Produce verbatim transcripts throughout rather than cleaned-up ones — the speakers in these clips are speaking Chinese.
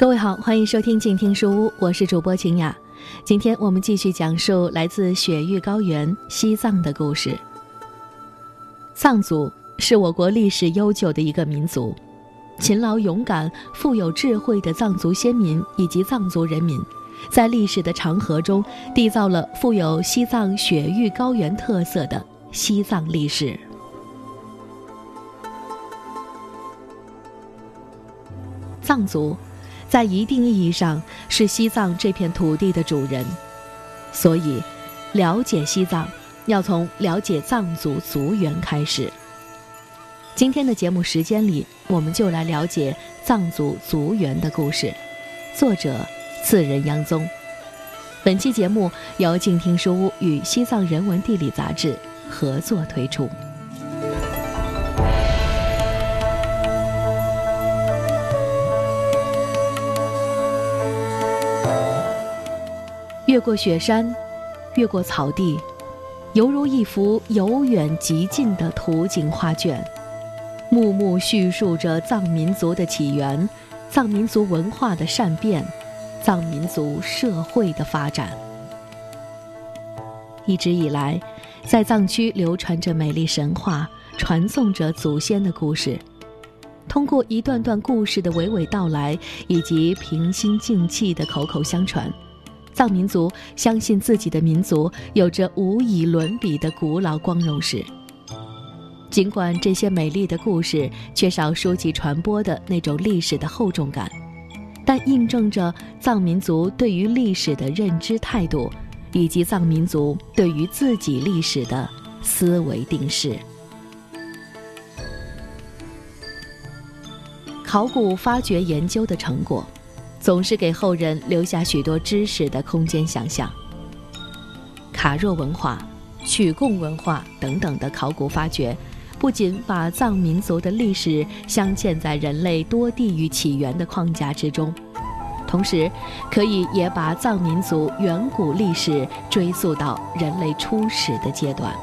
各位好，欢迎收听静听书屋，我是主播晴雅。今天我们继续讲述来自雪域高原西藏的故事。藏族是我国历史悠久的一个民族，勤劳勇敢、富有智慧的藏族先民以及藏族人民，在历史的长河中缔造了富有西藏雪域高原特色的西藏历史。藏族在一定意义上是西藏这片土地的主人，所以了解西藏要从了解藏族族源开始。今天的节目时间里，我们就来了解藏族族源的故事。作者次仁央宗。本期节目由静听书屋与西藏人文地理杂志合作推出。越过雪山，越过草地，犹如一幅由远及近的图景画卷，幕幕叙述着藏民族的起源、藏民族文化的善变、藏民族社会的发展。一直以来，在藏区流传着美丽神话，传颂着祖先的故事。通过一段段故事的娓娓道来，以及平心静气的口口相传，藏民族相信自己的民族有着无以伦比的古老光荣史。尽管这些美丽的故事缺少书籍传播的那种历史的厚重感，但印证着藏民族对于历史的认知态度，以及藏民族对于自己历史的思维定式。考古发掘研究的成果总是给后人留下许多知识的空间想象。卡若文化、曲贡文化等等的考古发掘，不仅把藏民族的历史镶嵌在人类多地域起源的框架之中，同时可以也把藏民族远古历史追溯到人类初始的阶段。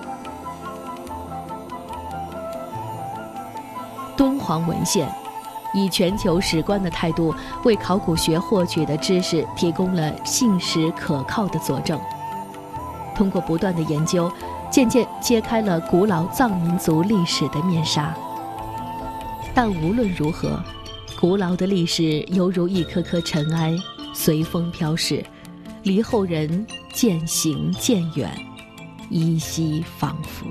敦煌文献以全球史观的态度为考古学获取的知识提供了信实可靠的佐证。通过不断的研究，渐渐揭开了古老藏民族历史的面纱。但无论如何，古老的历史犹如一颗颗尘埃，随风飘逝，离后人渐行渐远，依稀仿佛。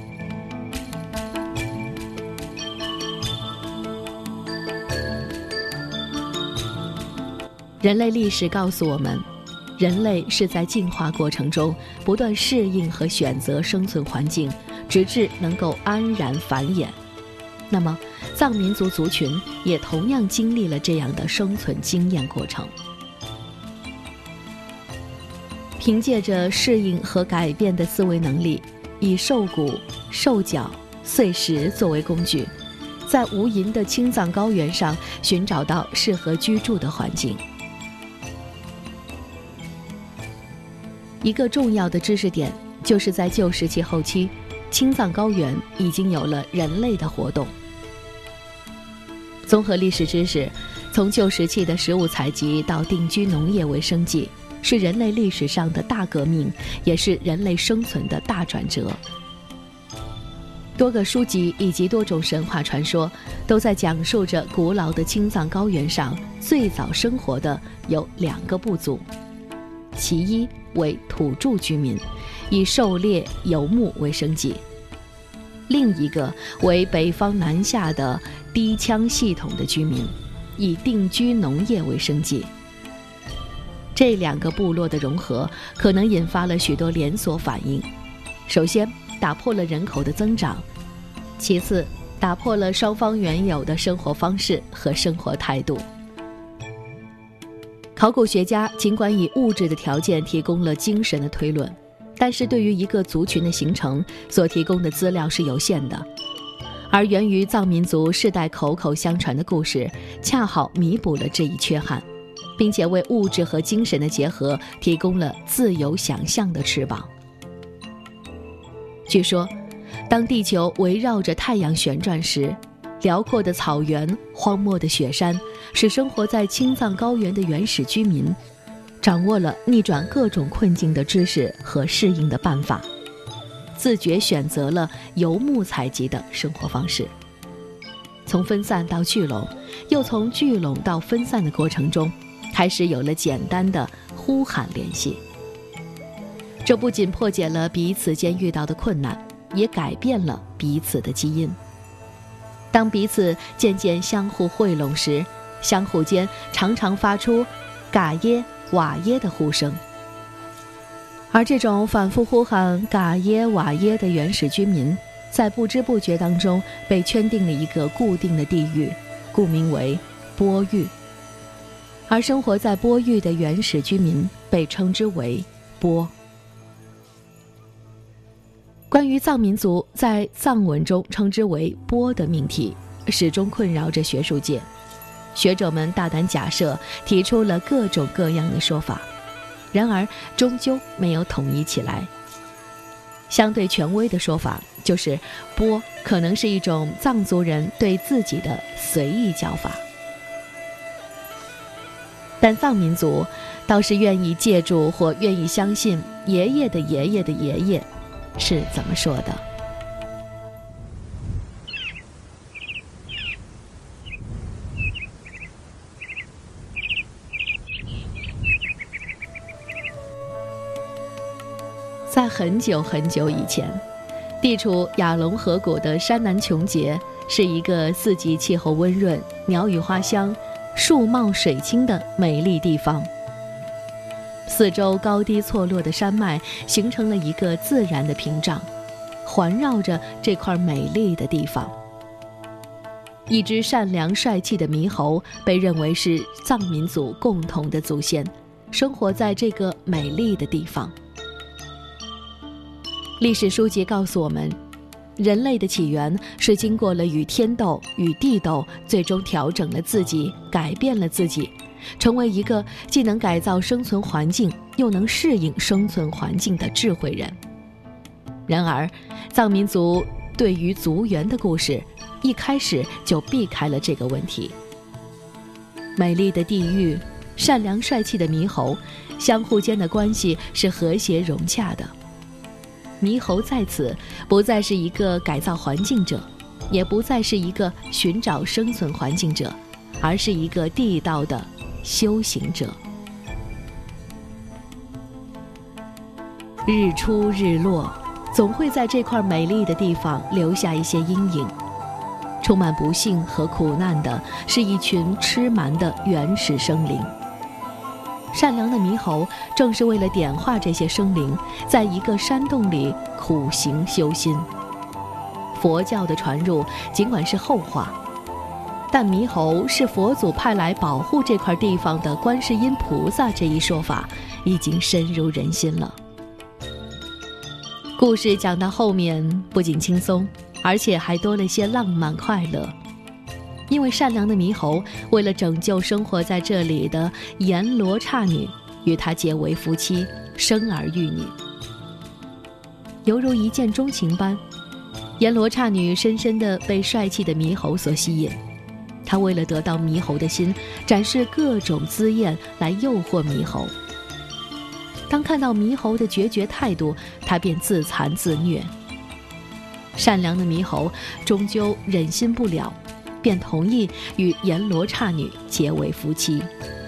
人类历史告诉我们，人类是在进化过程中不断适应和选择生存环境，直至能够安然繁衍。那么藏民族族群也同样经历了这样的生存经验过程。凭借着适应和改变的思维能力，以兽骨、兽脚、碎石作为工具，在无垠的青藏高原上寻找到适合居住的环境。一个重要的知识点就是在旧石器后期，青藏高原已经有了人类的活动。综合历史知识，从旧石器的食物采集到定居农业为生计，是人类历史上的大革命，也是人类生存的大转折。多个书籍以及多种神话传说都在讲述着古老的青藏高原上最早生活的有两个部族，其一为土著居民，以狩猎游牧为生计；另一个为北方南下的低羌系统的居民，以定居农业为生计。这两个部落的融合可能引发了许多连锁反应。首先，打破了人口的增长；其次，打破了双方原有的生活方式和生活态度。考古学家尽管以物质的条件提供了精神的推论，但是对于一个族群的形成所提供的资料是有限的，而源于藏民族世代口口相传的故事恰好弥补了这一缺憾，并且为物质和精神的结合提供了自由想象的翅膀。据说当地球围绕着太阳旋转时， 辽阔的草原、荒漠的雪山，使生活在青藏高原的原始居民掌握了逆转各种困境的知识和适应的办法，自觉选择了游牧采集的生活方式。从分散到聚拢，又从聚拢到分散的过程中，开始有了简单的呼喊联系。这不仅破解了彼此间遇到的困难，也改变了彼此的基因。当彼此渐渐相互汇拢时，相互间常常发出嘎耶瓦耶的呼声。而这种反复呼喊嘎耶瓦耶的原始居民，在不知不觉当中被圈定了一个固定的地域，故名为波域。而生活在波域的原始居民被称之为波。关于藏民族在藏文中称之为波的命题，始终困扰着学术界。学者们大胆假设，提出了各种各样的说法，然而终究没有统一起来。相对权威的说法就是波可能是一种藏族人对自己的随意叫法，但藏民族倒是愿意借助或愿意相信爷爷的爷爷的爷爷是怎么说的。在很久很久以前，地处雅龙河谷的山南琼结是一个四季气候温润、鸟语花香、树茂水清的美丽地方。四周高低错落的山脉形成了一个自然的屏障，环绕着这块美丽的地方。一只善良帅气的猕猴被认为是藏民族共同的祖先，生活在这个美丽的地方。历史书籍告诉我们，人类的起源是经过了与天斗、与地斗，最终调整了自己，改变了自己，成为一个既能改造生存环境，又能适应生存环境的智慧人。然而，藏民族对于族源的故事，一开始就避开了这个问题。美丽的地域，善良帅气的猕猴，相互间的关系是和谐融洽的。猕猴在此不再是一个改造环境者，也不再是一个寻找生存环境者，而是一个地道的修行者。日出日落，总会在这块美丽的地方留下一些阴影。充满不幸和苦难的是一群痴蛮的原始生灵。善良的猕猴正是为了点化这些生灵，在一个山洞里苦行修心。佛教的传入尽管是后话，但猕猴是佛祖派来保护这块地方的观世音菩萨这一说法已经深入人心了。故事讲到后面不仅轻松，而且还多了些浪漫快乐。因为善良的猕猴为了拯救生活在这里的阎罗刹女，与他结为夫妻，生儿育女，犹如一见钟情般。阎罗刹女深深地被帅气的猕猴所吸引，她为了得到猕猴的心，展示各种姿艳来诱惑猕猴。当看到猕猴的决绝态度，她便自残自虐。善良的猕猴终究忍心不了，便同意与阎罗刹女结为夫妻。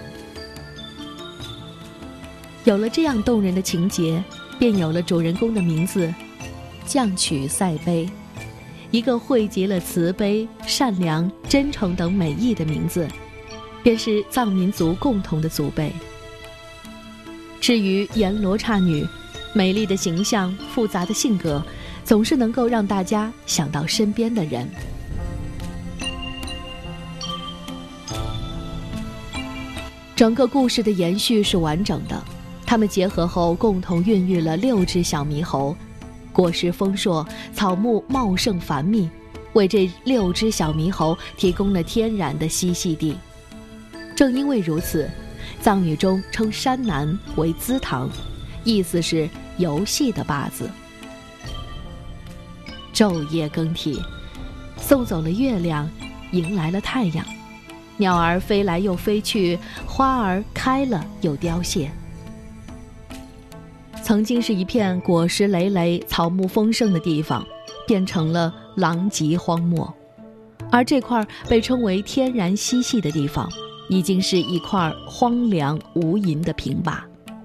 有了这样动人的情节，便有了主人公的名字降曲赛悲，一个汇集了慈悲、善良、真诚等美意的名字，便是藏民族共同的祖辈。至于阎罗刹女，美丽的形象、复杂的性格，总是能够让大家想到身边的人。整个故事的延续是完整的，他们结合后共同孕育了六只小猕猴，果实丰硕，草木茂盛繁密，为这六只小猕猴提供了天然的嬉戏地。正因为如此，藏语中称山南为资堂，意思是游戏的坝子。昼夜更替，送走了月亮， 迎来了太阳，鸟儿飞来又飞去，花儿开了又凋谢。曾经是一片果实累累、草木丰盛的地方，变成了狼藉荒漠，而这块被称为天然嬉戏的地方，已经是一块荒凉无垠的平坝。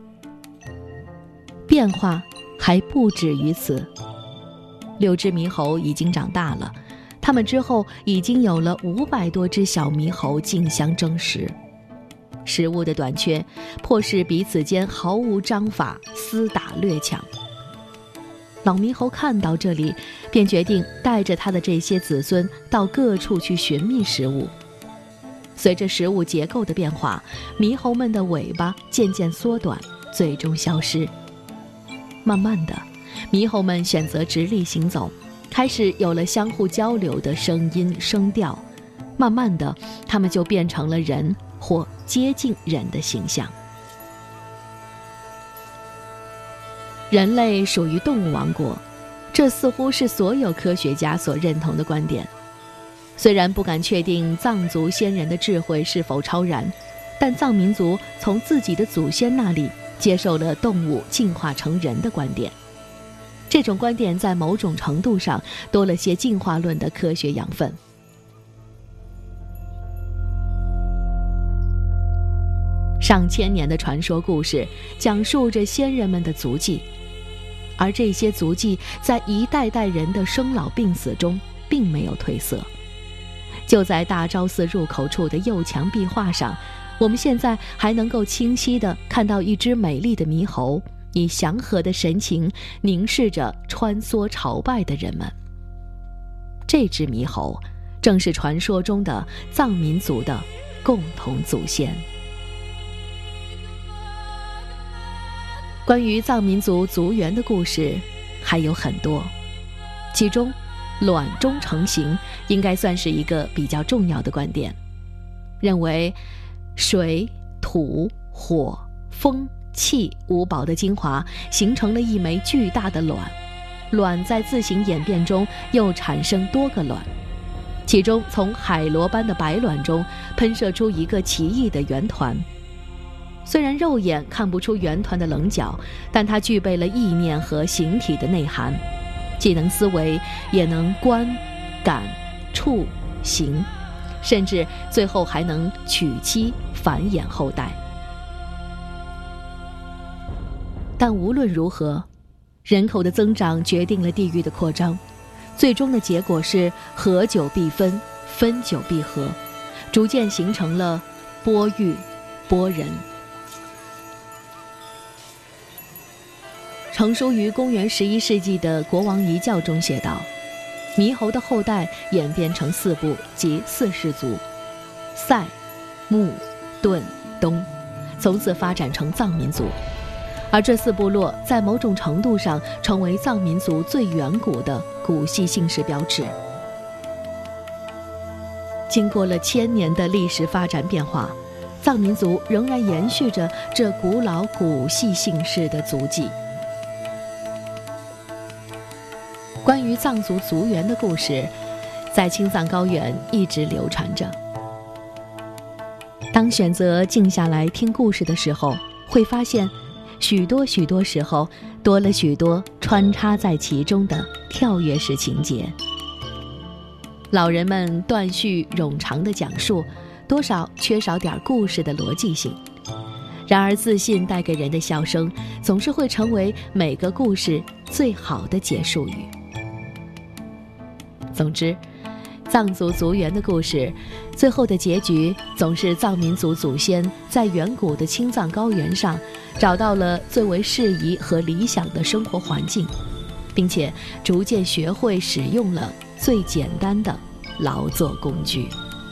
变化还不止于此，六只猕猴已经长大了，它们之后已经有了五百多只小猕猴竞相争食。食物的短缺迫使彼此间毫无章法，厮打掠抢。老猕猴看到这里，便决定带着他的这些子孙到各处去寻觅食物。随着食物结构的变化，猕猴们的尾巴渐渐缩短，最终消失。慢慢的，猕猴们选择直立行走，开始有了相互交流的声音声调。慢慢的，它们就变成了人或接近人的形象。人类属于动物王国，这似乎是所有科学家所认同的观点。虽然不敢确定藏族先人的智慧是否超然，但藏民族从自己的祖先那里接受了动物进化成人的观点。这种观点在某种程度上多了些进化论的科学养分。上千年的传说故事讲述着先人们的足迹，而这些足迹在一代代人的生老病死中并没有褪色。就在大昭寺入口处的右墙壁画上，我们现在还能够清晰地看到一只美丽的猕猴以祥和的神情凝视着穿梭朝拜的人们。这只猕猴正是传说中的藏民族的共同祖先。关于藏民族族源的故事还有很多，其中卵中成形应该算是一个比较重要的观点，认为水、土、火、风、气五宝的精华形成了一枚巨大的卵，卵在自行演变中又产生多个卵，其中从海螺般的白卵中喷射出一个奇异的圆团。虽然肉眼看不出圆团的棱角，但它具备了意念和形体的内涵，既能思维，也能观、感、触、行，甚至最后还能娶妻繁衍后代。但无论如何，人口的增长决定了地域的扩张，最终的结果是合久必分，分久必合，逐渐形成了波域、波人。成书于公元十一世纪的《国王遗教》中写道，猕猴的后代演变成四部，即四氏族：塞、穆、顿、东，从此发展成藏民族。而这四部落在某种程度上成为藏民族最远古的古系姓氏标志。经过了千年的历史发展变化，藏民族仍然延续着这古老古系姓氏的足迹。关于藏族族源的故事，在青藏高原一直流传着。当选择静下来听故事的时候，会发现许多许多时候多了许多穿插在其中的跳跃式情节。老人们断续冗长的讲述，多少缺少点故事的逻辑性。然而自信带给人的笑声，总是会成为每个故事最好的结束语。总之，藏族族源的故事最后的结局总是藏民族祖先在远古的青藏高原上找到了最为适宜和理想的生活环境，并且逐渐学会使用了最简单的劳作工具。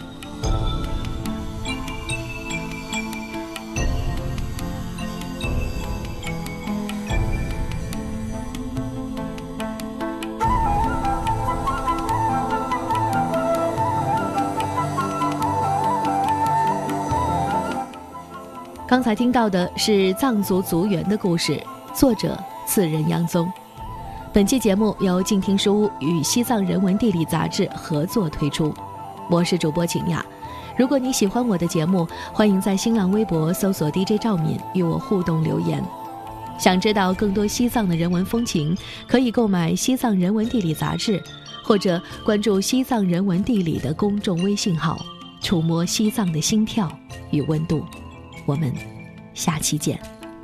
刚才听到的是藏族族源的故事，作者次仁央宗。本期节目由静听书屋与西藏人文地理杂志合作推出。 我是主播晴雅。如果你喜欢我的节目，欢迎在新浪微博搜索 D J 赵敏与我互动留言。想知道更多西藏的人文风情，可以购买《西藏人文地理》杂志，或者关注西藏人文地理的公众微信号，触摸西藏的心跳与温度。我们下期见。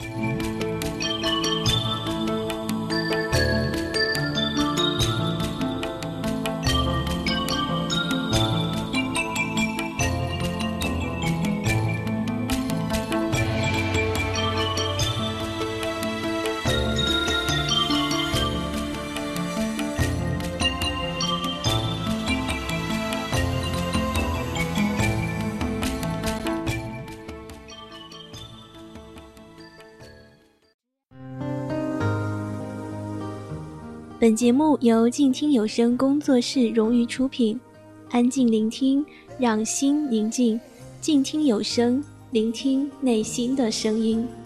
本节目由静听有声工作室荣誉出品，安静聆听，让心宁静，静听有声，聆听内心的声音。